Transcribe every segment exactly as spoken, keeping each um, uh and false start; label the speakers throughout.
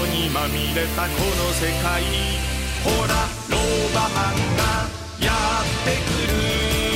Speaker 1: にまみれたこの世界、ほらロバマンがやってくる。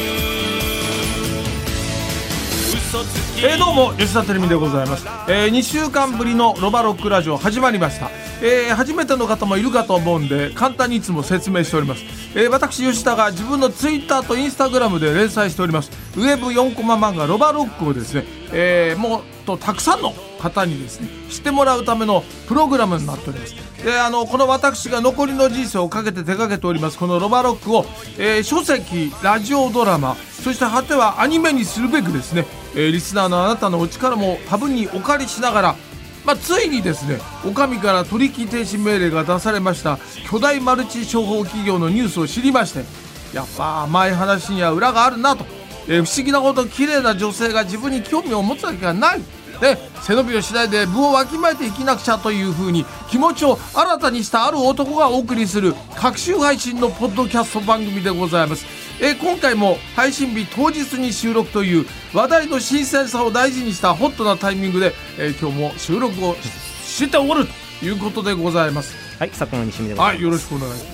Speaker 1: 嘘つき、
Speaker 2: えー、どうも吉田照美でございます。えー、にしゅうかんぶりのロバロックラジオ始まりました。えー、初めての方もいるかと思うんで簡単にいつも説明しております。えー、私吉田が自分のツイッターとインスタグラムで連載しておりますウェブよんコマ漫画ロバロックをですね、えー、もっとたくさんの方にですね知ってもらうためのプログラムになっております。であのこの私が残りの人生をかけて手掛けておりますこのロバロックを、えー、書籍、ラジオドラマ、そして果てはアニメにするべくですね、えー、リスナーのあなたのお力も多分にお借りしながら、まあ、ついにですねお上から取引停止命令が出されました巨大マルチ商法企業のニュースを知りまして、やっぱ甘い話には裏があるなと、えー、不思議なこと綺麗な女性が自分に興味を持つわけがないで、背伸びをしないで部をわきまえて生きなくちゃという風に気持ちを新たにしたある男がお送りする各週配信のポッドキャスト番組でございます。えー、今回も配信日当日に収録という話題の新鮮さを大事にしたホットなタイミングで、えー、今日も収録をしておるということでございます。
Speaker 3: はい、作の西見でございます。
Speaker 2: はい、よろしくお願いします。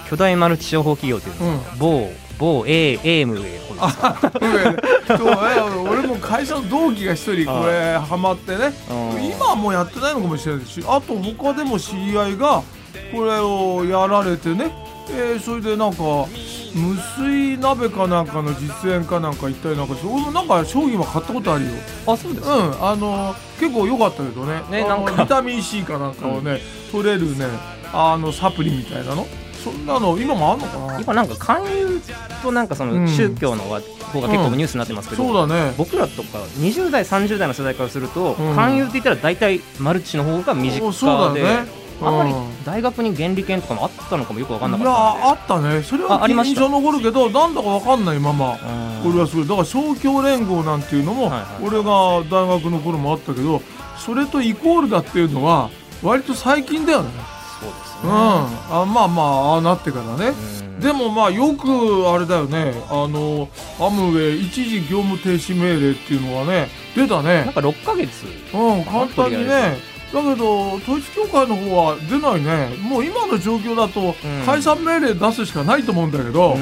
Speaker 3: 巨大マルチ商法企業というのは、うん、某某 A エームウェイほ
Speaker 2: ど俺も会社の同期が一人これハマってね、今はもうやってないのかもしれないし、あと他でも知り合いがこれをやられてね、えー、それでなんか無水鍋かなんかの実演かなんか行ったりなんかして、俺もなんか商品は買ったことあるよ。
Speaker 3: あ、そうですか。
Speaker 2: うん、あの結構良かったけどね、ね、なんかビタミン C かなんかをね、うん、取れるねあのサプリみたいなの、そんなの今もあんのかな。
Speaker 3: 今なんか勧誘となんかその宗教の方が結構ニュースになってますけど、
Speaker 2: うん、そうだね、
Speaker 3: 僕らとかにじゅう代さんじゅう代の世代からすると、うん、勧誘って言ったら大体マルチの方が身近で、そうだね、あんまり大学に原理研とかもあったのかもよく分かんなかったんで。
Speaker 2: いやあったね、それは印象残るけどなんだか分かんないまま俺はそれだから勝共連合なんていうのも、はいはい、俺が大学の頃もあったけどそれとイコールだっていうのは割と最近だよね。
Speaker 3: そうですね、
Speaker 2: うん、あまあまあああなってからね、でもまあよくあれだよね、あのアムウェイ一時業務停止命令っていうのはね出たね。
Speaker 3: なんかろっかげつ、
Speaker 2: うん、簡単にね。だけど統一教会の方は出ないね。もう今の状況だと解散命令出すしかないと思うんだけど、うん、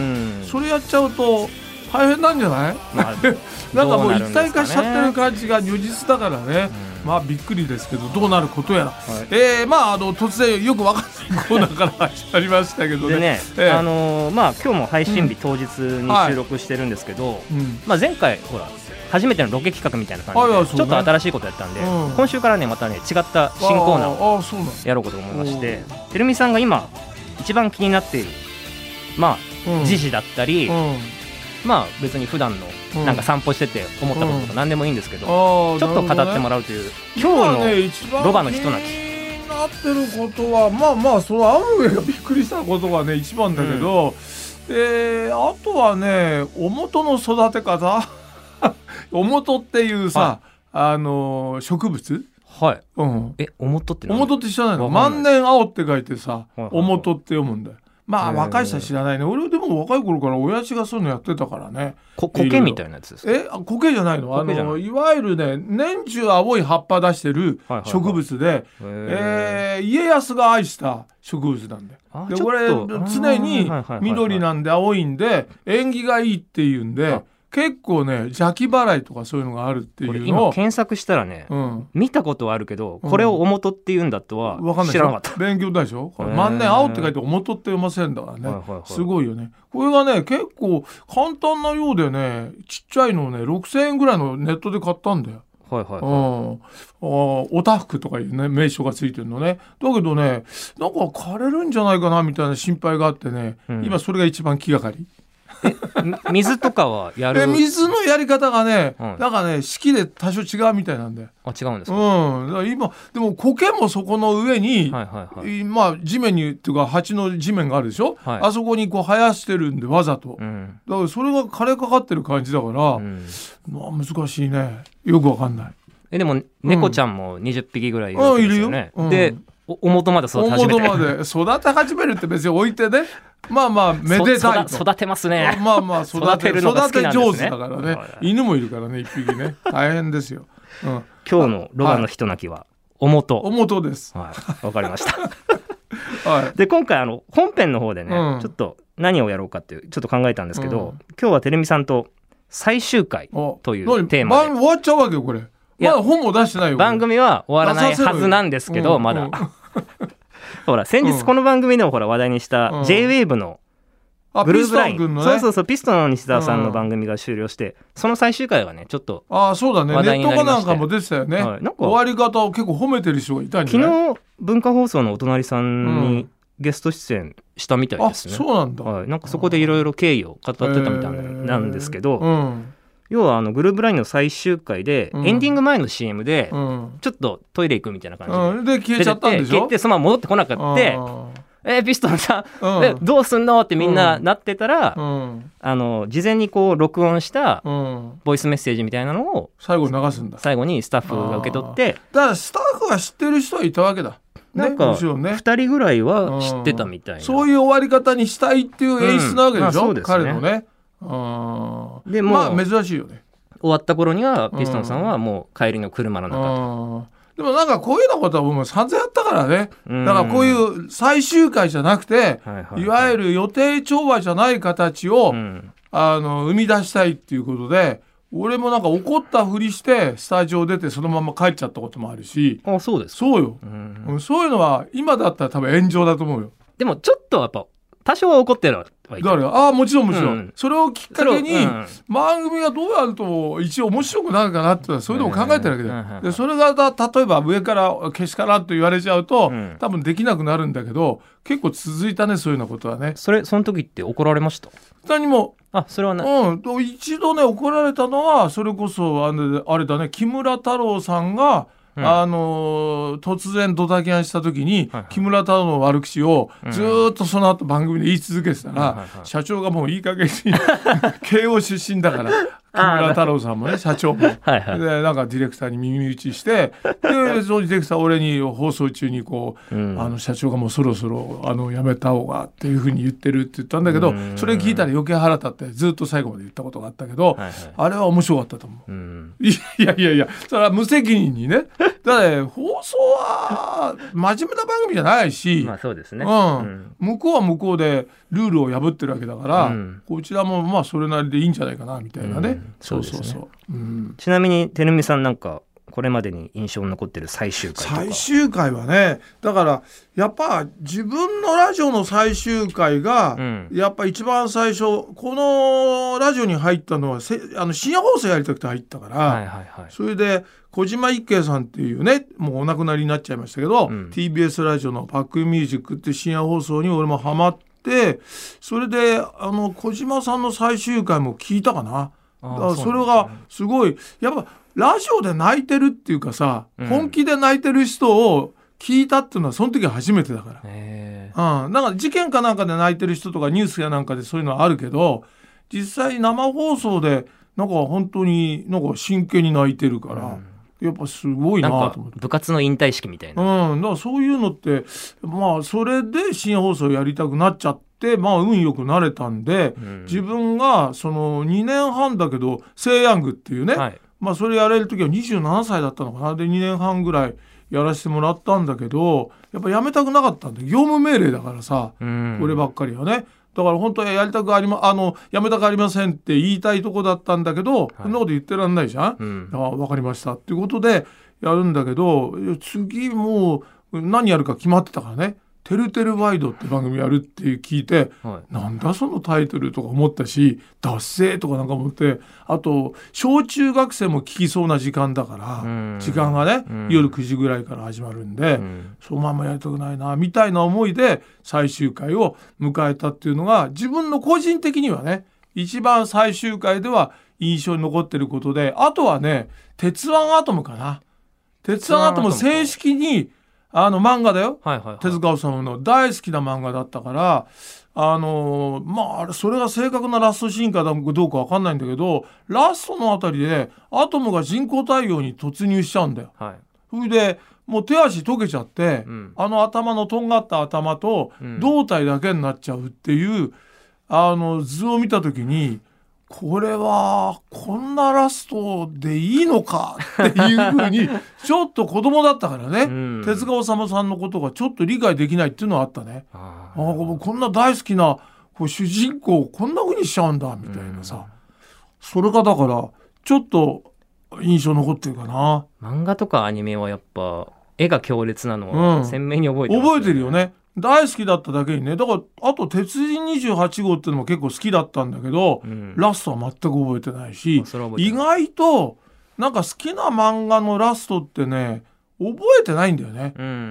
Speaker 2: それやっちゃうと大変なんじゃない、まあ、なんかもう一体化しちゃってる感じが如実だからね、うん、まあびっくりですけどどうなることやら、はい、えー、まああの突然よく分かんないコーナーから始まりましたけどね。
Speaker 3: でね、えーあのーまあ、今日も配信日当日に収録してるんですけど、はい、うん、まあ、前回ほら初めてのロケ企画みたいな感じで、ね、ちょっと新しいことやったんで、うん、今週からねまたね違った新コーナーをやろうかと思いまして、てるみさんが今一番気になっているまあ、うん、時事だったり、うん、まあ別に普段のなんか散歩してて思ったこととか何でもいいんですけど、うん、ちょっと語ってもらうという、ね、今日のロバのひと泣き
Speaker 2: なってることはまあまあそのアムウェイがびっくりしたことがね一番だけど、うん、えー、あとはねお元の育て方お元っていうさ、はい、あのー、植物、
Speaker 3: はい、
Speaker 2: うん、
Speaker 3: えお元って
Speaker 2: お元って知らないの？万年青って書いてさ、はいはいはい、お元って読むんだよ。まあ若い人は知らないね。俺でも若い頃から親父がそういうのやってたからね。
Speaker 3: こ苔みたいなやつですか？
Speaker 2: え苔じゃないの？あのいわゆるね年中青い葉っぱ出してる植物で、はいはいはい、えー、家康が愛した植物なんだよ。でこれ常に緑なんで青いんで縁起がいいっていうんで結構ね邪気払いとかそういうのがあるっていうのを
Speaker 3: 今検索したらね、うん、見たことはあるけどこれをお元って言うんだとは知らなかった、
Speaker 2: うん、勉強だでしょ。これ万年青って書いてお元って読ませるんだからね、はいはいはい、すごいよね。これがね結構簡単なようでねちっちゃいのをねろくせんえんぐらいのネットで買ったんだよ。はいはいはい、うん、あおたふくとかいうね名称がついてるのね。だけどねなんか枯れるんじゃないかなみたいな心配があってね、うん、今それが一番気がかり。
Speaker 3: え水とかはやる？
Speaker 2: 水のやり方がね、うん、なんかね四季で多少違うみたいなんで。
Speaker 3: あ違うんですか？
Speaker 2: うん、だから今でも苔もそこの上に、はいはいはい、まあ地面にっていうか鉢の地面があるでしょ、はい、あそこにこう生やしてるんでわざと、うん、だからそれが枯れかかってる感じだから、うん、まあ難しいね。よくわかんない。
Speaker 3: えでも猫ちゃんもにじゅっぴきぐらいいるわけですよね、うん、でお, お元まで育て始めて
Speaker 2: お元まで育て始めるって別に置いてねまあまあめでたいと
Speaker 3: 育てますね。
Speaker 2: まあまあ 育,
Speaker 3: 育てるのが好きなんですね。
Speaker 2: 育て上手だからね、はいはい、犬もいるからね一匹ね大変ですよ、うん、
Speaker 3: 今日のロバのひと泣きは、はい、 おもと。
Speaker 2: おもとです。
Speaker 3: はい、わかりました。
Speaker 2: はい、
Speaker 3: で今回あの本編の方でね、
Speaker 2: うん、
Speaker 3: ちょっと何をやろうかっていうちょっと考えたんですけど、
Speaker 2: うん、
Speaker 3: 今日はてるみさんと最終回というテーマで。
Speaker 2: 終わっちゃうわけよこれ。まだ本も出してないよ。
Speaker 3: 番組は終わらないはずなんですけど、まだ、うん、ほら先日この番組でもほら話題にした ジェイウェーブ のグルーブライン、うんね、そうそうそうピストンの西澤さんの番組が終了して、うん、その最終回がねちょっと
Speaker 2: あそうだね話題になりまして、ネットかなんかも出てたよね、はい、なんか終わり方を結構褒めてる人がいたんじゃない？
Speaker 3: 昨日文化放送のお隣さんにゲスト出演したみたいですね、
Speaker 2: うん、あそうなんだ、
Speaker 3: はい、なんかそこでいろいろ経緯を語ってたみたいなんですけど、
Speaker 2: うん、
Speaker 3: 要はあのグルーブラインの最終回で、うん、エンディング前の シーエム で、うん、ちょっとトイレ行くみたいな感じで、
Speaker 2: うん、で消えちゃったんでしょ。
Speaker 3: 消えてそのまま戻ってこなかった。えー、ピストンさん、うん、えどうすんのってみんななってたら、うん、あの事前にこう録音したボイスメッセージみたいなのを
Speaker 2: 最後に流すんだ。
Speaker 3: 最後にスタッフが受け取って、
Speaker 2: だからスタッフが知ってる人はいたわけだ、ね、
Speaker 3: なんかふたりぐらいは知ってたみたいな、
Speaker 2: うん、そういう終わり方にしたいっていう演出なわけでしょ、うんまあそうですね、彼のね。あでも、まあ、珍しいよね。
Speaker 3: 終わった頃にはピストンさんはもう帰りの車の中と、
Speaker 2: でもなんかこういうようなことは僕も散々やったからね。だからこういう最終回じゃなくて、はいはいはい、いわゆる予定調和じゃない形を、うん、あの生み出したいっていうことで、俺もなんか怒ったふりしてスタジオ出てそのまま帰っちゃったこともあるし。
Speaker 3: あ、そうですか。
Speaker 2: そうよ、うん、そういうのは今だったら多分炎上だと思うよ。
Speaker 3: でもちょっとやっぱ多少は怒ってるわ。
Speaker 2: 誰がああもちろんもちろん、うん、それをきっかけに、うん、番組がどうやると一応面白くなるかなってそういうのも考えてるわけで、うん、でそれが例えば上からけしからんと言われちゃうと、うん、多分できなくなるんだけど結構続いたねそういうようなことはね。
Speaker 3: それその時って怒られました？
Speaker 2: 何も。
Speaker 3: あそれはね、
Speaker 2: うん、一度ね怒られたのはそれこそあれ、あれだね木村太郎さんがうん、あのー、突然ドタキャンした時に、はいはい、木村太郎の悪口をずっとその後番組で言い続けてたら、うんはいはいはい、社長がもういい加減に慶応出身だから木村太郎さんもね社長もはい、はい、でなんかディレクターに耳打ちしてでそのディレクター俺に放送中にこう、うん、あの社長がもうそろそろあの辞めた方がっていうふうに言ってるって言ったんだけど、うん、それ聞いたら余計腹立ってずっと最後まで言ったことがあったけど、はいはい、あれは面白かったと思う、うん、いやいやいやそれは無責任にねだから、ね、放送は真面目な番組じゃないし、
Speaker 3: まあそうですね、
Speaker 2: うんうん、向こうは向こうでルールを破ってるわけだから、うん、こちらもまあそれなりでいいんじゃないかなみたいなね、うん、そうそうそう、うん、
Speaker 3: ちなみにてるみさんなんかこれまでに印象に残ってる最終回とか。
Speaker 2: 最終回はねだからやっぱ自分のラジオの最終回が、うん、やっぱ一番最初このラジオに入ったのはせあの深夜放送やりたくて入ったから、はいはいはい、それで小島一慶さんっていうねもうお亡くなりになっちゃいましたけど、うん、ティービーエス ラジオのバックミュージックって深夜放送に俺もハマってそれであの小島さんの最終回も聞いたかな。だからそれがすごいやっぱラジオで泣いてるっていうかさ、うん、本気で泣いてる人を聞いたっていうのはその時は初めてだから、へー、うん、なんか事件かなんかで泣いてる人とかニュースやなんかでそういうのはあるけど実際生放送でなんか本当になんか真剣に泣いてるから、うんやっぱすごいなと思って。なんか
Speaker 3: 部活の引退式みたいな、
Speaker 2: うん、だからそういうのってまあそれで深夜放送やりたくなっちゃってまあ運よくなれたんで、うん、自分がそのにねんはんだけどセイヤングっていうね、はい、まあそれやれる時はにじゅうななさいだったのかなでにねんはんぐらいやらせてもらったんだけどやっぱやめたくなかったんで業務命令だからさ、うん、こればっかりはねだから本当はやりたくありまあのやめたくありませんって言いたいとこだったんだけど、はい、そんなこと言ってらんないじゃん、うん、あ分かりましたっていうことでやるんだけど次もう何やるか決まってたからねてるてるワイドって番組やるって聞いて、はい、なんだそのタイトルとか思ったしダッセーとかなんか思ってあと小中学生も聞きそうな時間だから時間がね夜くじぐらいから始まるんでそのままやりたくないなみたいな思いで最終回を迎えたっていうのが自分の個人的にはね一番最終回では印象に残ってることであとはね鉄腕アトムかな鉄腕アトム正式にあの漫画だよ、はいはいはい、手塚治虫の大好きな漫画だったからあのー、まあそれが正確なラストシーンかどうか分かんないんだけどラストのあたりでアトムが人工太陽に突入しちゃうんだよ、はい、それでもう手足溶けちゃって、うん、あの頭のとんがった頭と胴体だけになっちゃうっていう、うん、あの図を見た時にこれはこんなラストでいいのかっていうふうにちょっと子供だったからね、うん、手塚治虫さんのことがちょっと理解できないっていうのはあったね。ああこんな大好きなこう主人公をこんなふうにしちゃうんだみたいなさ、うん、それがだからちょっと印象残ってるかな。
Speaker 3: 漫画とかアニメはやっぱ絵が強烈なのは鮮明に覚えてますよね、
Speaker 2: うん、覚えてるよね。大好きだっただけにね。だからあと鉄人にじゅうはち号っていうのも結構好きだったんだけど、うん、ラストは全く覚えてないし、意外となんか好きな漫画のラストってね覚えてないんだよね、うんうんうん、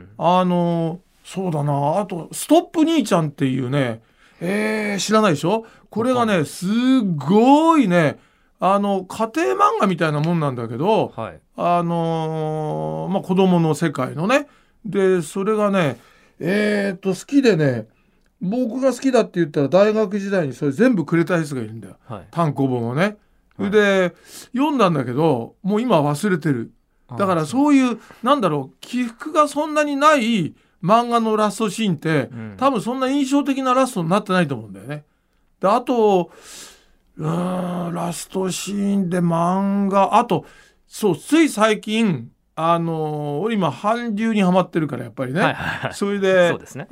Speaker 2: あのそうだなあとストップ兄ちゃんっていうね、えー、知らないでしょ。これがねすごいねあの家庭漫画みたいなもんなんだけど、はい、あのー、まあ子供の世界のねでそれがねえー、っと好きでね僕が好きだって言ったら大学時代にそれ全部くれたやつがいるんだよ、はい、単行本をね。はい、で読んだんだけどもう今忘れてる。だからそういうなんだろう起伏がそんなにない漫画のラストシーンって、うん、多分そんな印象的なラストになってないと思うんだよね。であとうーんラストシーンで漫画あとそうつい最近あのー、俺今韓流にハマってるからやっぱりね、はいはいはい、それで
Speaker 3: そうですね、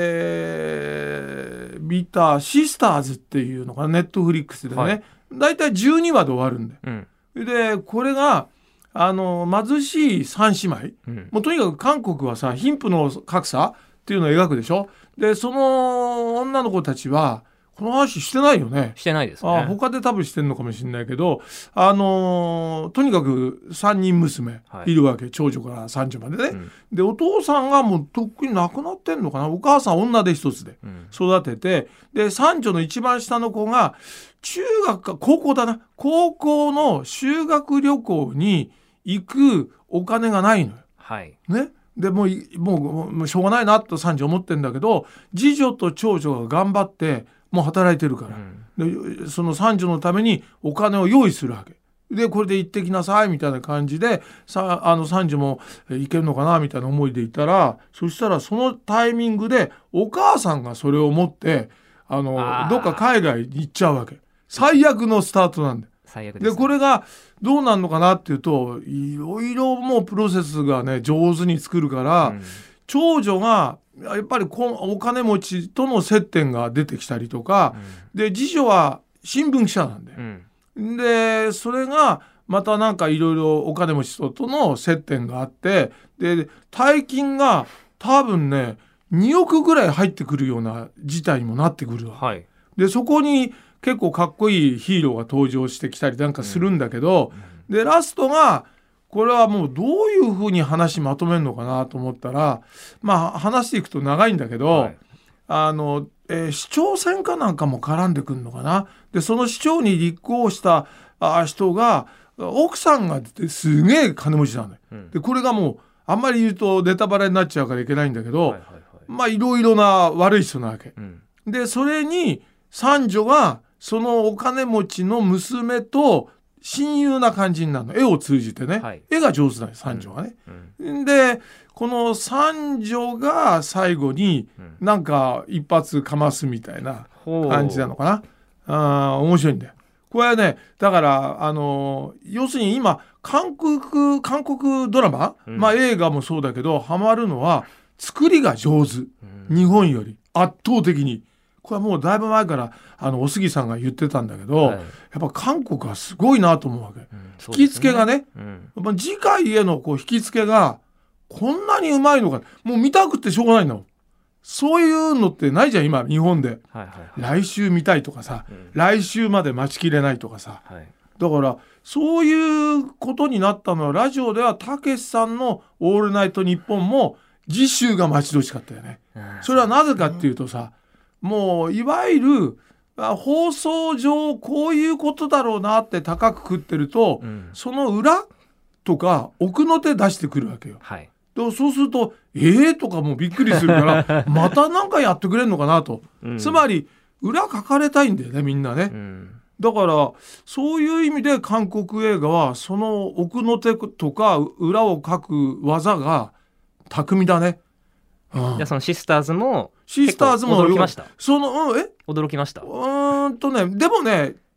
Speaker 2: えー、見たシスターズっていうのがネットフリックスでね、はい、だいたいじゅうにわで終わるんだよ、うん、でこれがあの貧しい三姉妹、うん、もうとにかく韓国はさ貧富の格差っていうのを描くでしょ。でその女の子たちはこの話してないよね。
Speaker 3: してないですね。
Speaker 2: あ他で多分してんのかもしれないけど、あのー、とにかくさんにん娘いるわけ、はい、長女から三女までね、うん、でお父さんがもうとっくに亡くなってんのかな。お母さん女で一つで育てて、うん、で三女の一番下の子が中学か高校だな高校の修学旅行に行くお金がないのよ、はいね、でもう、もう、もうしょうがないなと三女思ってんだけど次女と長女が頑張ってもう働いてるから、うん、でその三女のためにお金を用意するわけでこれで行ってきなさいみたいな感じでさあの三女も行けるのかなみたいな思いでいたらそしたらそのタイミングでお母さんがそれを持ってあのどっか海外に行っちゃうわけ。最悪のスタートなんだよ。
Speaker 3: 最悪ですね。
Speaker 2: でこれがどうなるのかなっていうといろいろもうプロセスがね上手に作るから、うん、長女がやっぱりこお金持ちとの接点が出てきたりとか、うん、で次女は新聞記者なんで、うん、でそれがまたなんかいろいろお金持ちととの接点があってで大金が多分ねにおくぐらい入ってくるような事態にもなってくるわ、はい、でそこに結構かっこいいヒーローが登場してきたりなんかするんだけど、うん、でラストがこれはもうどういうふうに話まとめるのかなと思ったらまあ話していくと長いんだけど、はい、あの、えー、市長選かなんかも絡んでくるのかな。でその市長に立候補したあ人が奥さんがすげえ金持ちなのよ、うん、でこれがもうあんまり言うとネタバレになっちゃうからいけないんだけど、はいはいはい、まあいろいろな悪い人なわけ、うん、でそれに三女がそのお金持ちの娘と親友な感じになるの絵を通じてね、はい、絵が上手なの三女がね、うんうん、でこの三女が最後になんか一発かますみたいな感じなのかな、うん、あ面白いんだよこれはね。だからあの要するに今韓国韓国ドラマ、うん、まあ映画もそうだけどハマるのは作りが上手、うん、日本より圧倒的に。これはもうだいぶ前からあのお杉さんが言ってたんだけど、はい、やっぱ韓国はすごいなと思うわけ、うん、引き付けがね、うん、やっぱ次回へのこう引き付けがこんなにうまいのか。もう見たくってしょうがないの。そういうのってないじゃん今日本で、はいはいはい、来週見たいとかさ、うん、来週まで待ちきれないとかさ、はい、だからそういうことになったのはラジオではたけしさんのオールナイトニッポンも次週が待ち遠しかったよね、うん、それはなぜかっていうとさ、もういわゆる放送上こういうことだろうなって高く食ってると、うん、その裏とか奥の手出してくるわけよ、はい、でそうするとえーとかもうびっくりするからまたなんかやってくれんのかなと、うん、つまり裏書かれたいんだよねみんなね、うん、だからそういう意味で韓国映画はその奥の手とか裏を書く技が巧みだね。
Speaker 3: じゃあそのシスターズも
Speaker 2: シスターズも
Speaker 3: 驚きました。
Speaker 2: その、うん、え
Speaker 3: 驚きました。
Speaker 2: うーんとねでもね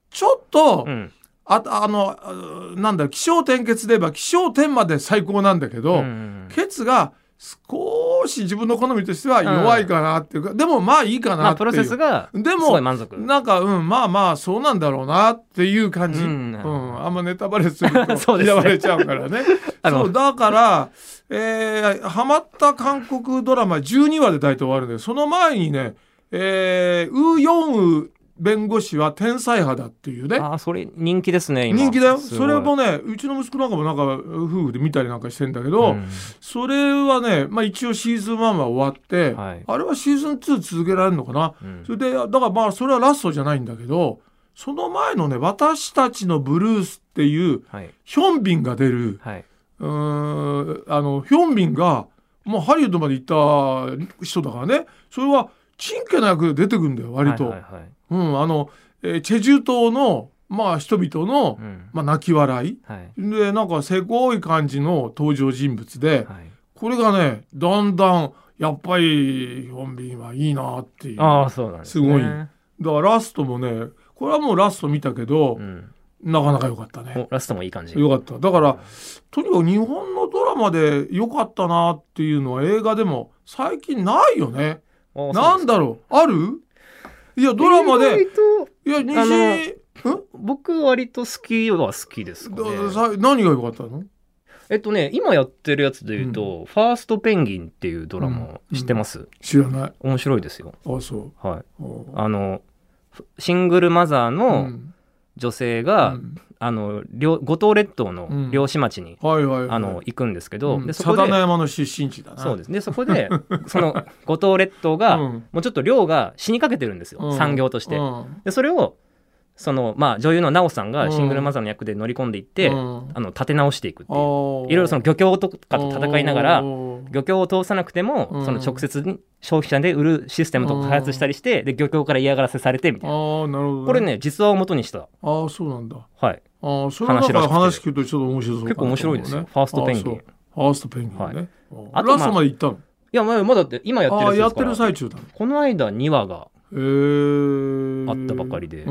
Speaker 2: ちょっと、
Speaker 3: うん、
Speaker 2: ああのなんだ起承転結で言えば起承転まで最高なんだけど、うん、結が少し自分の好みとしては弱いかなっていうか、うん、でもまあいいかなっていう、まあ、
Speaker 3: プロセスがすごい満足、
Speaker 2: でもなんか、うん、まあまあそうなんだろうなっていう感じ、うんうん、あんまネタバレすると嫌われちゃうからねそうだから、えー、ハマった韓国ドラマじゅうにわで大体終わるんで、その前にね、えー、ウー・ヨンウ弁護士は天才派だっていうね。
Speaker 3: あ、それ人気ですね今。
Speaker 2: 人気だよ。それもね、うちの息子なんかもなんか夫婦で見たりなんかしてんだけど、うん、それはね、まあ、一応シーズンワンは終わって、はい、あれはシーズンツー続けられるのかな、うん、それでだからまあそれはラストじゃないんだけど、その前のね私たちのブルースっていう、はい、ヒョンビンが出る、はい、うーんあのヒョンビンがもうハリウッドまで行った人だからね、それはチンケな役で出てくるんだよ割と、はいはいはい、うん、あの、えー、チェジュ島の、まあ、人々の、うんまあ、泣き笑い、はい、でなんかせこい感じの登場人物で、はい、これがねだんだんやっぱりヒョンビンはいいなっていう。
Speaker 3: あ、そうなんですね。
Speaker 2: すごい。だからラストもね、これはもうラスト見たけど、うん、なかなか良かったね。
Speaker 3: ラストもいい感じ。
Speaker 2: 良かった。だから、うん、とにかく日本のドラマで良かったなっていうのは映画でも最近ないよね。なんだろう、ある？いやドラマで、いや西、
Speaker 3: 僕割と好きは好きですかね。
Speaker 2: 何が良かったの？
Speaker 3: えっとね今やってるやつで言うと、うん、ファーストペンギンっていうドラマ知ってます？うんうん、
Speaker 2: 知らない。
Speaker 3: 面白いですよ。
Speaker 2: あ、そう。
Speaker 3: はい。あのシングルマザーの女性が、うん、あの五島列島の漁師町に、うんはいはいはい、あの行くんですけど、うん、でそこで
Speaker 2: 佐田山の出身地だな。
Speaker 3: そうですね。そこでその五島列島が、うん、もうちょっと漁が死にかけてるんですよ、うん、産業として、うん、でそれをその、まあ、女優の奈緒さんがシングルマザーの役で乗り込んでいって、うん、あの立て直していくっていう、いろいろその漁協とかと戦いながら漁協を通さなくても、うん、その直接に消費者で売るシステムとか開発したりして、で漁協から嫌がらせされてみたいな。
Speaker 2: あ、なるほどね。
Speaker 3: これね実話を元にした。
Speaker 2: ああ、そうなんだ。
Speaker 3: はい。
Speaker 2: あ、それはなんか話聞くとちょっと面白そう、ね、
Speaker 3: 結構面白いですよ。ファーストペンギン。
Speaker 2: ファーストペンギンね、はい、あと、まあ、ラストまで行ったの？い
Speaker 3: や、まあ、まだって今やってるやつですから。
Speaker 2: あ、やってる最中だ。
Speaker 3: この間にわが
Speaker 2: えー、
Speaker 3: あったばかりで、
Speaker 2: うん、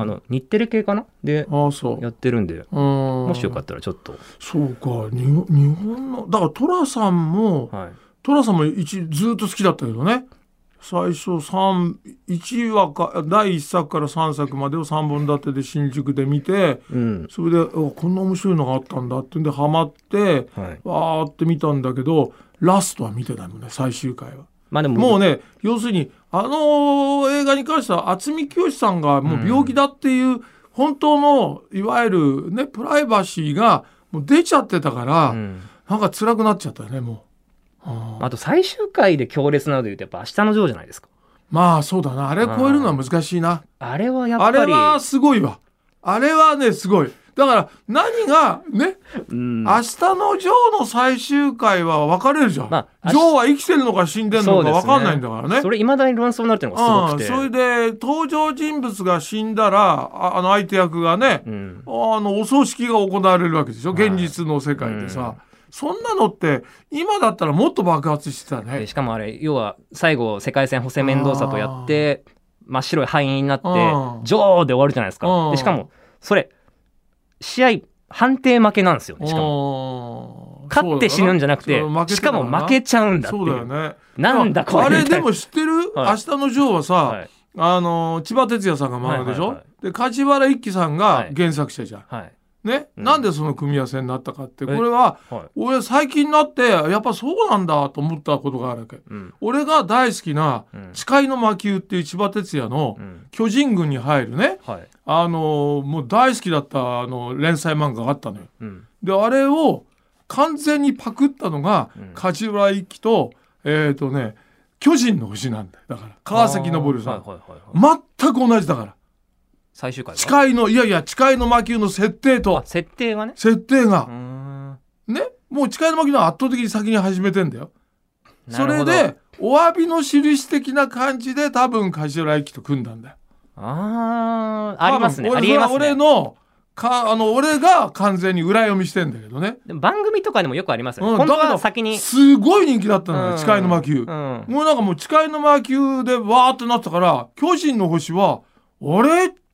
Speaker 3: あの日テレ系かなでやってるんで、もしよかったらちょっと。
Speaker 2: そうか、日本のだから寅さんも、はい、寅さんも一ずっと好きだったけどね、最初いちわかだいいっさくからさんさくまでをさんぼん立てで新宿で見て、うん、それでこんな面白いのがあったんだってんでハマって、はい、わーって見たんだけど、ラストは見てないもんね、最終回は。まあ、でももうね、要するにあの映画に関しては渥美清さんがもう病気だっていう、うん、本当のいわゆるねプライバシーがもう出ちゃってたから、うん、なんか辛くなっちゃったよねもう。
Speaker 3: あ, あと最終回で強烈なので言うとやっぱ明日のジョーじゃないですか。
Speaker 2: まあそうだな、あれ超えるのは難しいな。
Speaker 3: あれはやっぱり
Speaker 2: あれはすごいわ。あれはねすごい。だから何がね、うん、明日のジョーの最終回は分かれるじゃん、まあ、ジョーは生きてるのか死んでるのか分かんないんだからね。
Speaker 3: そ, それ未だに論争になるっていうのがすごくて、
Speaker 2: それで登場人物が死んだら あ, あの相手役がね、うん、あのお葬式が行われるわけでしょ、現実の世界でさ、はい、うん、そんなのって今だったらもっと爆発してたね。
Speaker 3: しかもあれ要は最後世界戦ホセメンドーサとやって真っ白い敗因になってジョーで終わるじゃないですか。でしかもそれ試合判定負けなんですよね。しかも勝って死ぬんじゃなくて、しかも負けちゃうんだっていう。そうだよね。なんだこれ。
Speaker 2: あれでも知ってる、はい、明日のジョーはさ、はい、あの千葉哲也さんが漫画でしょ、はいはいはい、で梶原一騎さんが原作者じゃん、はいはい、ね、うん、なんでその組み合わせになったかって、これは、はい、俺最近になってやっぱそうなんだと思ったことがあるわけ、うん、俺が大好きな誓いの魔球っていう千葉哲也の巨人軍に入るね、うん、はい、あのもう大好きだったあの連載漫画があったのよ、うん、であれを完全にパクったのが梶原一騎と、えーとね、巨人の星なんだよ。だから川崎昇さん、はいはいはいはい、全く同じだから。
Speaker 3: 最終回は
Speaker 2: 誓いのいやいや誓いの魔球の設定と
Speaker 3: 設定がね
Speaker 2: 設定がね、もう誓いの魔球の圧倒的に先に始めてんだよ。それでお詫びの印的な感じで多分梶原一騎と組んだんだよ。
Speaker 3: ああ、ありますね。
Speaker 2: 俺、
Speaker 3: ありえますね。
Speaker 2: 俺のかあの俺が完全に裏読みしてんだけどね。
Speaker 3: でも番組とかでもよくありますよね、うん、本当は先に
Speaker 2: すごい人気だったのよ、うん、誓いの魔球、うん、もうなんかもう誓いの魔球でわーってなったから巨人の星はあれって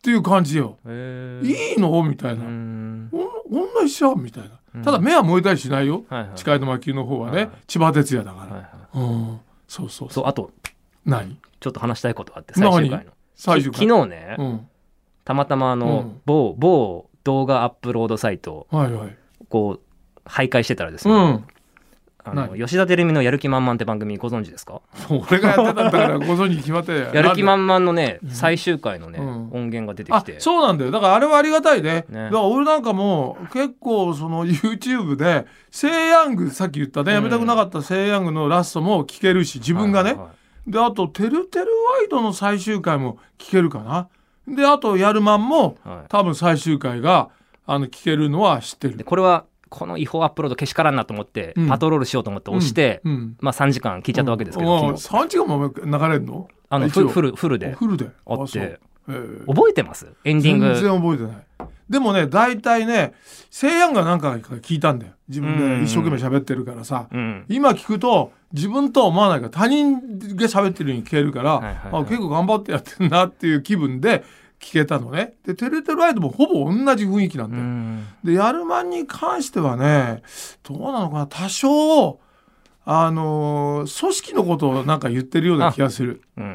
Speaker 2: っていう感じよ。
Speaker 3: へ
Speaker 2: いいのみたいな、
Speaker 3: うん
Speaker 2: こんな一緒みたいな。ただ目は燃えたりしないよ、
Speaker 3: はいはい、
Speaker 2: 近いの巻の方はね、はいはい、千葉哲也だから、はいはい、うん、そうそう
Speaker 3: そう。あと
Speaker 2: 何
Speaker 3: ちょっと話したいことがあって、最終回の
Speaker 2: 最終
Speaker 3: 回昨日ね、うん、たまたまあの、うん、某某動画アップロードサイト、はいはい、こう徘徊してたらですね、うん、あの吉田照美のやる気満々って番組ご存知ですか？
Speaker 2: 俺がやってたんだからご存知決まって
Speaker 3: やる気満々のね最終回のね、うん、音源が出てきて、
Speaker 2: あ、そうなんだよ。だからあれはありがたい ね, ねだから俺なんかも結構その YouTube でセイヤング、さっき言ったね、やめたくなかったセイヤングのラストも聞けるし、自分がね、はいはいはい、であとてるてるワイドの最終回も聞けるかな。であとやるマンも、はい、多分最終回があの聞けるのは知ってる。
Speaker 3: でこれはこの違法アップロードけしからんなと思って、うん、パトロールしようと思って押して、うんうん、まあさんじかん聞いちゃったわけですけど、
Speaker 2: うん、さんじかんも流れるの？
Speaker 3: あのフルフルで
Speaker 2: フルで
Speaker 3: あって覚えてます？エンディング
Speaker 2: 全然覚えてない。でもね大体ねセイヤンが何か聞いたんだよ。自分で一生懸命喋ってるからさ、うんうん、今聞くと自分とは思わないから他人が喋ってるように聞けるから、はいはいはい、あ結構頑張ってやってるなっていう気分で聞けたのね。でテレテレワイドもほぼ同じ雰囲気なんだよ。うんでやるマンに関してはねどうなのかな、多少あのー、組織のことをなんか言ってるような気がする、うん、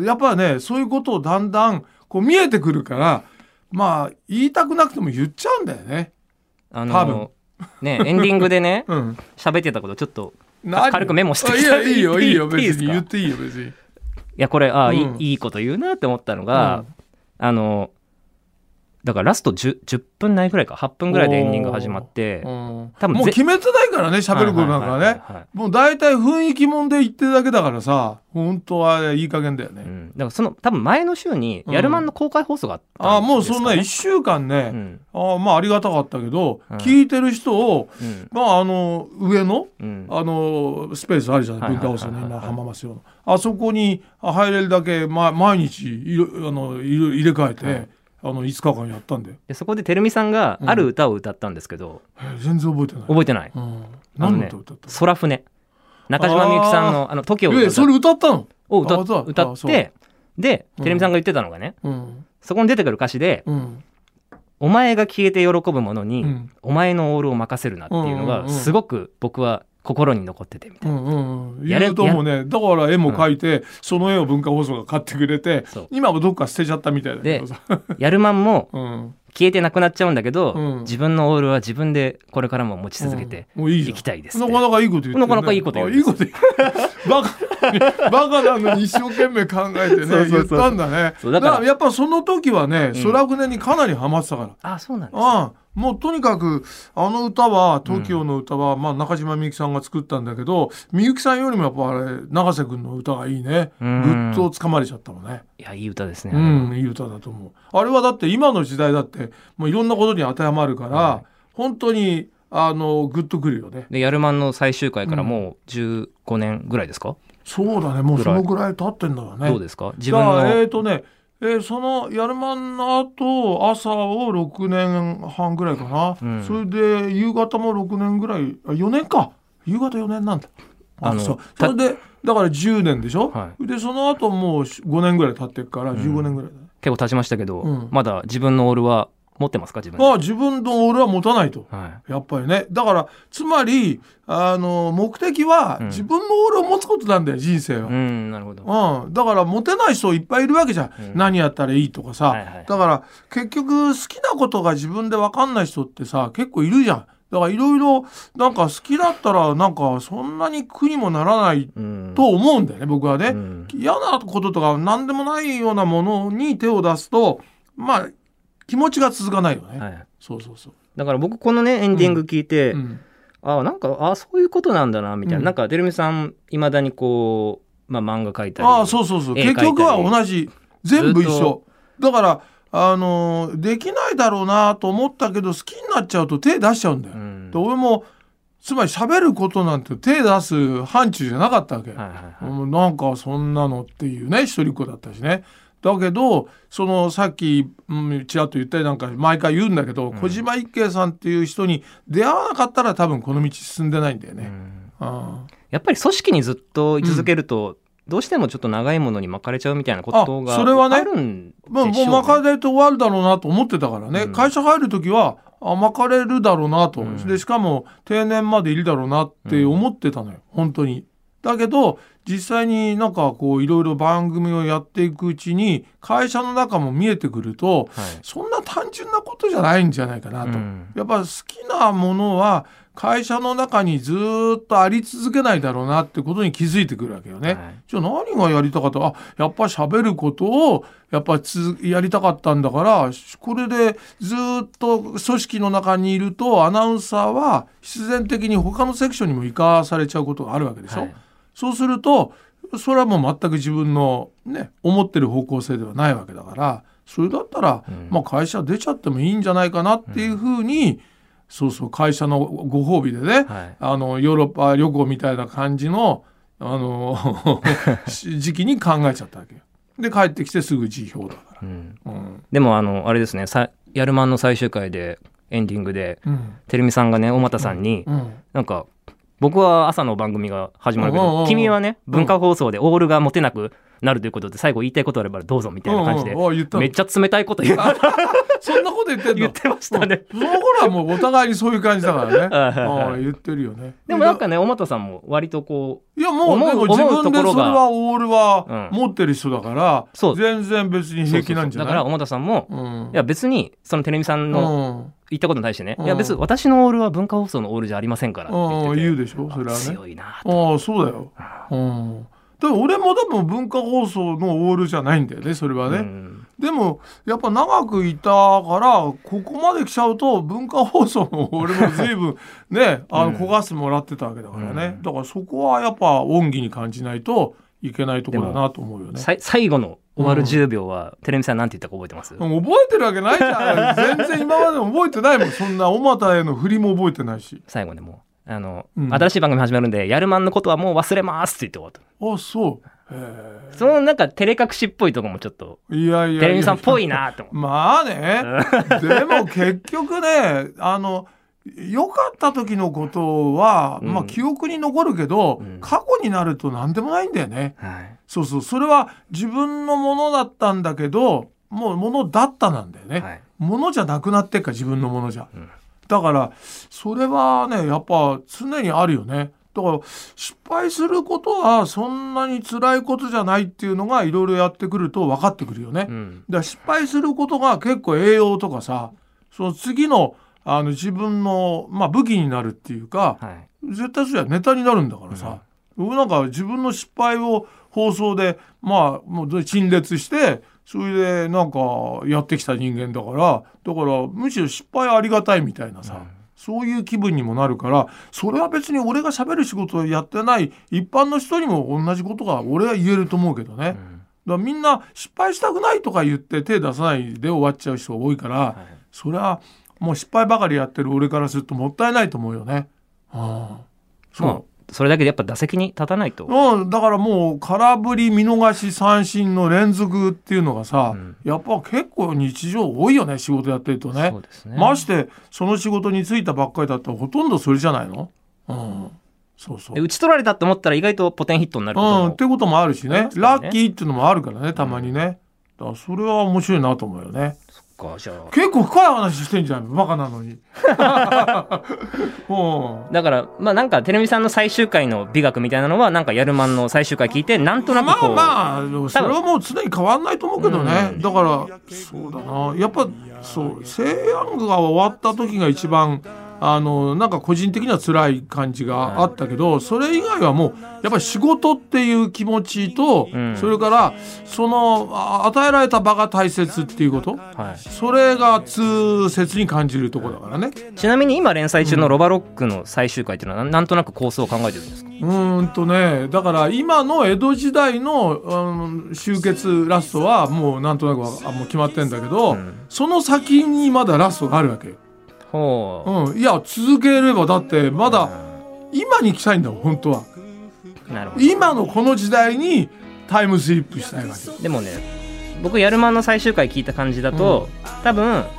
Speaker 2: やっぱねそういうことをだんだんこう見えてくるからまあ言いたくなくても言っちゃうんだよね、
Speaker 3: あのー、多分ねエンディングでね喋、うん、ってたことちょっと軽くメモしてきた。
Speaker 2: いやいいよいいよ別に言っていいよ別に。い
Speaker 3: やこれあ、うん、い, いいこと言うなって思ったのが、うんあのだからラスト 10, じゅっぷんないぐらいかはっぷんぐらいでエンディング始まって
Speaker 2: 多分もう決めてないからね喋ることなんかね、はいはいはいはい、もう大体雰囲気もんで言ってるだけだからさ本当はいい加減だよね、うん、
Speaker 3: だからその多分前の週にやるマンの公開放送があったんですかね、
Speaker 2: うん、あもうそんないっしゅうかんね、うん、あまあありがたかったけど、うん、聞いてる人を、うん、まああの上の、うん、あのスペースあるじゃない、文化放送の今浜松用のあそこに入れるだけ、ま、毎日いろあの入れ替えて、はいあのいつかかんやったんだよ。
Speaker 3: でそこでてるみさんがある歌を歌ったんですけど、
Speaker 2: うん、全然覚えてない
Speaker 3: 覚えてない、うん、何の歌歌った？空船中島みゆきさんのあの トキオ を歌った。
Speaker 2: それ歌ったの
Speaker 3: を 歌, 歌ってでてるみさんが言ってたのがね、うん、そこに出てくる歌詞で、うん、お前が消えて喜ぶものに、うん、お前のオールを任せるなっていうのがすごく僕は心に残っててみたいな、うん
Speaker 2: うんうん、言うともねだから絵も描いて、うん、その絵を文化放送が買ってくれて今もどっか捨てちゃったみたいだけどさ
Speaker 3: でやるマンも、うん消えてなくなっちゃうんだけど、うん、自分のオールは自分でこれからも持ち続けていきたいです、
Speaker 2: うん、なかなかいいこと言ってる、ね、
Speaker 3: なかなかいいこと言う、
Speaker 2: いいこと言うバカバカなのに一生懸命考えてねそうそうそう言ったんだね。だからやっぱその時はね、うん、空船にかなりハマってたから。
Speaker 3: あそうなんです、
Speaker 2: ね、あもうとにかくあの歌は トキオ の歌は、うんまあ、中島みゆきさんが作ったんだけどみゆきさんよりもやっぱあれ永瀬君の歌がいいね。ぐっと掴まれちゃったもんね。
Speaker 3: いやいい歌ですね。
Speaker 2: うんいい歌だと思う。あれはだって今の時代だってもういろんなことに当てはまるから、はい、本当にあのグッとくるよね。
Speaker 3: でやるマンの最終回からもうじゅうごねんぐらいですか、うん、
Speaker 2: そうだねもうそのぐらい経ってんだよね。
Speaker 3: どうですか自分の
Speaker 2: えーとねえー、そのやるマンの後朝をろくねんはんぐらいかな、うん、それで夕方もろくねんぐらいあよねんか夕方よねんなんだああそうそれでだからじゅうねんでしょ、はい、でその後もうごねんぐらい経ってるからじゅうごねんぐらいだ、ねうん、
Speaker 3: 結構経ちましたけど、うん、まだ自分のオールは持ってますか自分で。
Speaker 2: まあ自分のオールは持たないと、はい、やっぱりねだからつまりあの目的は自分のオールを持つことなんだよ、うん、人生は、
Speaker 3: うん、なるほど、
Speaker 2: うん、だから持てない人いっぱいいるわけじゃん、うん、何やったらいいとかさ、はいはいはい、だから結局好きなことが自分で分かんない人ってさ結構いるじゃん。だからいろいろなんか好きだったらなんかそんなに苦にもならないと思うんだよね、うん、僕はね、うん、嫌なこととか何でもないようなものに手を出すとまあ気持ちが続かないよね、はい、そうそうそう
Speaker 3: だから僕このねエンディング聞いて、うんうん、あなんかあそういうことなんだなみたいな、うん、なんかてるみさんいまだにこう、まあ、漫画描いたり
Speaker 2: あそうそうそう結局は同じ全部一緒だからあのできないだろうなと思ったけど好きになっちゃうと手出しちゃうんだよ、うん、で俺もつまり喋ることなんて手出す範疇じゃなかったわけ、はいはいはい、なんかそんなのっていうね一人っ子だったしねだけどそのさっき、うん、ちらっと言ったりなんか毎回言うんだけど、うん、小島一慶さんっていう人に出会わなかったら多分この道進んでないんだよね、うん、
Speaker 3: やっぱり組織にずっと居続けると、 どうしてもちょっと長いものに巻かれちゃうみたいなことがあ
Speaker 2: それはね、
Speaker 3: るんでしょうね。
Speaker 2: まあ、もう巻かれて終わるだろうなと思ってたからね、うん、会社入る時はあ巻かれるだろうなと、うん、でしかも定年までいるだろうなって思ってたのよ、うん、本当に。だけど実際になんかこういろいろ番組をやっていくうちに会社の中も見えてくると、はい、そんな単純なことじゃないんじゃないかなと、うん、やっぱ好きなものは会社の中にずっとあり続けないだろうなってことに気づいてくるわけよね、はい、じゃあ何がやりたかったあやっぱ喋ることをやっぱつやりたかったんだからこれでずっと組織の中にいるとアナウンサーは必然的に他のセクションにも生かされちゃうことがあるわけでしょ、はい、そうするとそれはもう全く自分の、ね、思ってる方向性ではないわけだからそれだったら、うんまあ、会社出ちゃってもいいんじゃないかなっていうふうに、うんそうそう会社のご褒美でね、はい、あのヨーロッパ旅行みたいな感じの、あの時期に考えちゃったわけよ。で帰ってきてすぐ辞表だから、うんうん、
Speaker 3: でもあのあれですねヤルマンの最終回でエンディングで、うん、てるみさんがね小俣さんに、うんうん、なんか僕は朝の番組が始まるけど、うんうんうん、君はね文化放送でオールが持てなくなるということで最後言いたいことあればどうぞみたいな感じで、うんうん、めっちゃ冷たいこと言う
Speaker 2: そんなこと言ってんの
Speaker 3: 言ってましたね。
Speaker 2: その頃はもうお互いにそういう感じだからねあ言ってるよね。
Speaker 3: でもなんかね小俣さんも割とこう
Speaker 2: いやもうでも自分でそれはオールは持ってる人だから、うん、全然別に平気なんじゃない。
Speaker 3: そうそうそうだから小俣さんも、うん、いや別にそのテレビさんの言ったことに対してね、うん、いや別に私のオールは文化放送のオールじゃありませんからって言ってて、うん、
Speaker 2: 言うでしょそれはね
Speaker 3: 強いなと。
Speaker 2: あそうだよ、うんで俺も多分文化放送のオールじゃないんだよねそれはね、うん、でもやっぱ長くいたからここまで来ちゃうと文化放送の俺も随分ねあの焦がしてもらってたわけだからね、うん、だからそこはやっぱ恩義に感じないといけないところだなと思うよね。
Speaker 3: 最後の終わるじゅうびょうは、うん、テレミさんなんて言ったか覚えてます？
Speaker 2: 覚えてるわけないじゃん全然今まで覚えてないもんそんな小俣への振りも覚えてないし
Speaker 3: 最後ねもうあの、うん、新しい番組始まるんでヤルマンのことはもう忘れますって言って終わった。
Speaker 2: あそうへ
Speaker 3: そのなんか照れ隠しっぽいとこもちょっと
Speaker 2: いやいやいや
Speaker 3: テレビさんっぽいなと思って
Speaker 2: まあねでも結局ねあの良かった時のことは、うんまあ、記憶に残るけど、うん、過去になると何でもないんだよね、はい、そうそうそれは自分のものだったんだけどもうものだったなんだよね、はい、ものじゃなくなってっか自分のものじゃ、うんだからそれはねやっぱ常にあるよね。だから失敗することはそんなに辛いことじゃないっていうのがいろいろやってくると分かってくるよね、うん、だから失敗することが結構栄養とかさその次の、あの自分の、まあ、武器になるっていうか、はい、絶対それはネタになるんだからさ、うん、なんか自分の失敗を放送でまあもう陳列してそれでなんかやってきた人間だからだからむしろ失敗ありがたいみたいなさ、うん、そういう気分にもなるからそれは別に俺が喋る仕事をやってない一般の人にも同じことが俺は言えると思うけどね、うん、だからみんな失敗したくないとか言って手出さないで終わっちゃう人が多いから、はい、それはもう失敗ばかりやってる俺からするともったいないと思うよね、うん、
Speaker 3: そう、まあそれだけでやっぱ打席に立たないと、
Speaker 2: うん、だからもう空振り見逃し三振の連続っていうのがさ、うん、やっぱ結構日常多いよね仕事やってると ね, そうですねましてその仕事に就いたばっかりだったらほとんどそれじゃないの、うん、そうそう
Speaker 3: 打ち取られたと思ったら意外とポテンヒットになることも、
Speaker 2: うん、ってこともあるし ね, ねラッキーっていうのもあるからねたまにね、うん、だからそれは面白いなと思うよね。
Speaker 3: じゃあ
Speaker 2: 結構深い話してんじゃんバカなのに
Speaker 3: だからまあなんかテレビさんの最終回の美学みたいなのはなんかヤルマンの最終回聞いてなんとなくこう
Speaker 2: まあまあそれはもう常に変わんないと思うけどね、うん、だからそうだなやっぱそうセイヤングが終わった時が一番あのなんか個人的には辛い感じがあったけど、はい、それ以外はもうやっぱり仕事っていう気持ちと、うん、それからその与えられた場が大切っていうこと、はい、それが痛切に感じるところだからね。
Speaker 3: ちなみに今連載中のロバロックの最終回っていうのはなんとなく構想を考えてるんですか？
Speaker 2: うーんとねだから今の江戸時代の、うん、終結ラストはもうなんとなくはもう決まってるんだけど、うん、その先にまだラストがあるわけよ。うん、いや続ければだってまだ今に行きたいんだもん本当は。なるほど。今のこの時代にタイムスリップしたいわけ。
Speaker 3: でもね僕ヤルマンの最終回聞いた感じだと、うん、多分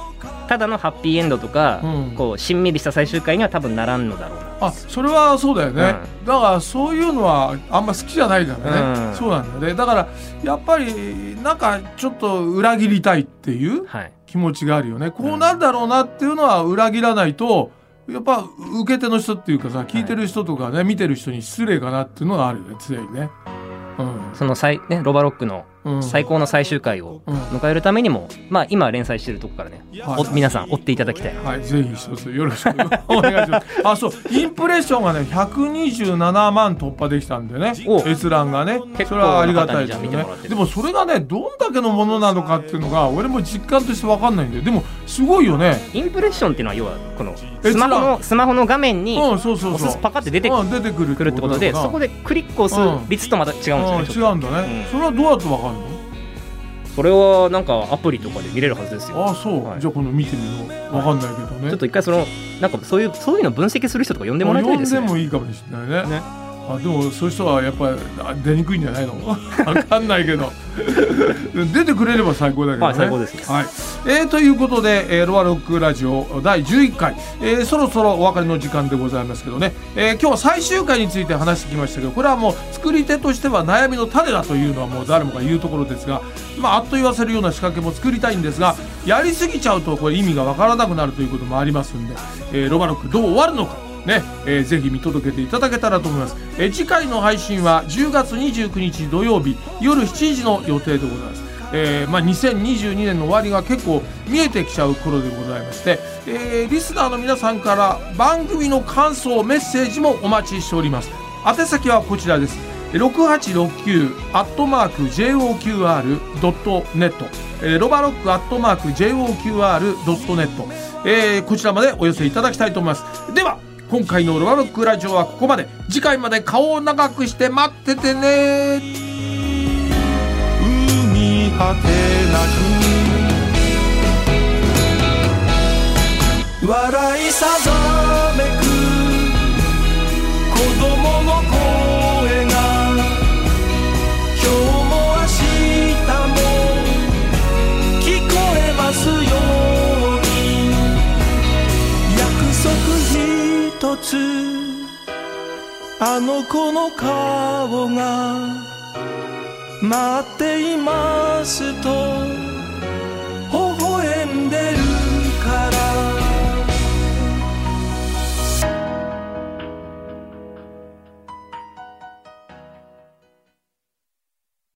Speaker 3: ただのハッピーエンドとか、うん、こうしんみりした最終回には多分ならんのだろうな。
Speaker 2: あ、それはそうだよね、うん、だからそういうのはあんま好きじゃないからね、うん、そうなんだよね。だからやっぱりなんかちょっと裏切りたいっていう気持ちがあるよね、はい、こうなるだろうなっていうのは裏切らないとやっぱ受け手の人っていうかさ、聞いてる人とかね、はい、見てる人に失礼かなっていうのがあるよね、常にね、うん、その最、ね、ロバロックの最高の最終回を迎えるためにも、うん、まあ今連載してるとこからね、はい、皆さん追っていただきたいな。 はい、ぜひ一つよろしくお願いします。あ、そう、インプレッションがねひゃくにじゅうななまん突破できたんでね、閲覧がね、それはありがたいですよね。でもそれがねどんだけのものなのかっていうのが俺も実感として分かんないんだよ。でもすごいよね。
Speaker 3: インプレッションっていうのは要はこのスマホのスマホの画面に押すパカって出てくるってことで、そこでクリックをする率とまた違うんですよね。
Speaker 2: 違うんだね、うん、それはどうやって分かるの？
Speaker 3: それはなんかアプリとかで見れるはずですよ。
Speaker 2: あ、そう、はい、じゃあこの見てみよう。分かんないけどね、
Speaker 3: ちょっと一回そのなんかそういうそういうの分析する人とか呼んでもらいたいですね。
Speaker 2: 呼んでもいいかもしれない ね, ねあ、でもそういう人はやっぱり出にくいんじゃないの？分かんないけど出てくれれば最高だけどね、はい、
Speaker 3: 最高です、
Speaker 2: はい。えー、ということで、えー、ロアロックラジオだいじゅういっかい、えー、そろそろお別れの時間でございますけどね、えー、今日は最終回について話してきましたけど、これはもう作り手としては悩みの種だというのはもう誰もが言うところですが、まあ、あっと言わせるような仕掛けも作りたいんですが、やりすぎちゃうとこれ意味がわからなくなるということもありますんで、えー、ロバロックどう終わるのかね、えー、ぜひ見届けていただけたらと思います。えー、次回の配信はじゅうがつにじゅうくにち土曜日夜しちじの予定でございます。えーまあ、にせんにじゅうにねんの終わりが結構見えてきちゃう頃でございまして、えー、リスナーの皆さんから番組の感想メッセージもお待ちしております。宛先はこちらです。ろくはちろくきゅうアットマーク ジェイオーキューアールドットネット、えー、ロバロックアットマーク ジェイオーキューアールドットネット、えー、こちらまでお寄せいただきたいと思います。では今回のロバロックラジオはここまで。次回まで顔を長くして待っててね。
Speaker 1: 海果てなく笑いさざめく子供の声が今日も明日も聞こえますように、約束一つあの子の顔が待っていますと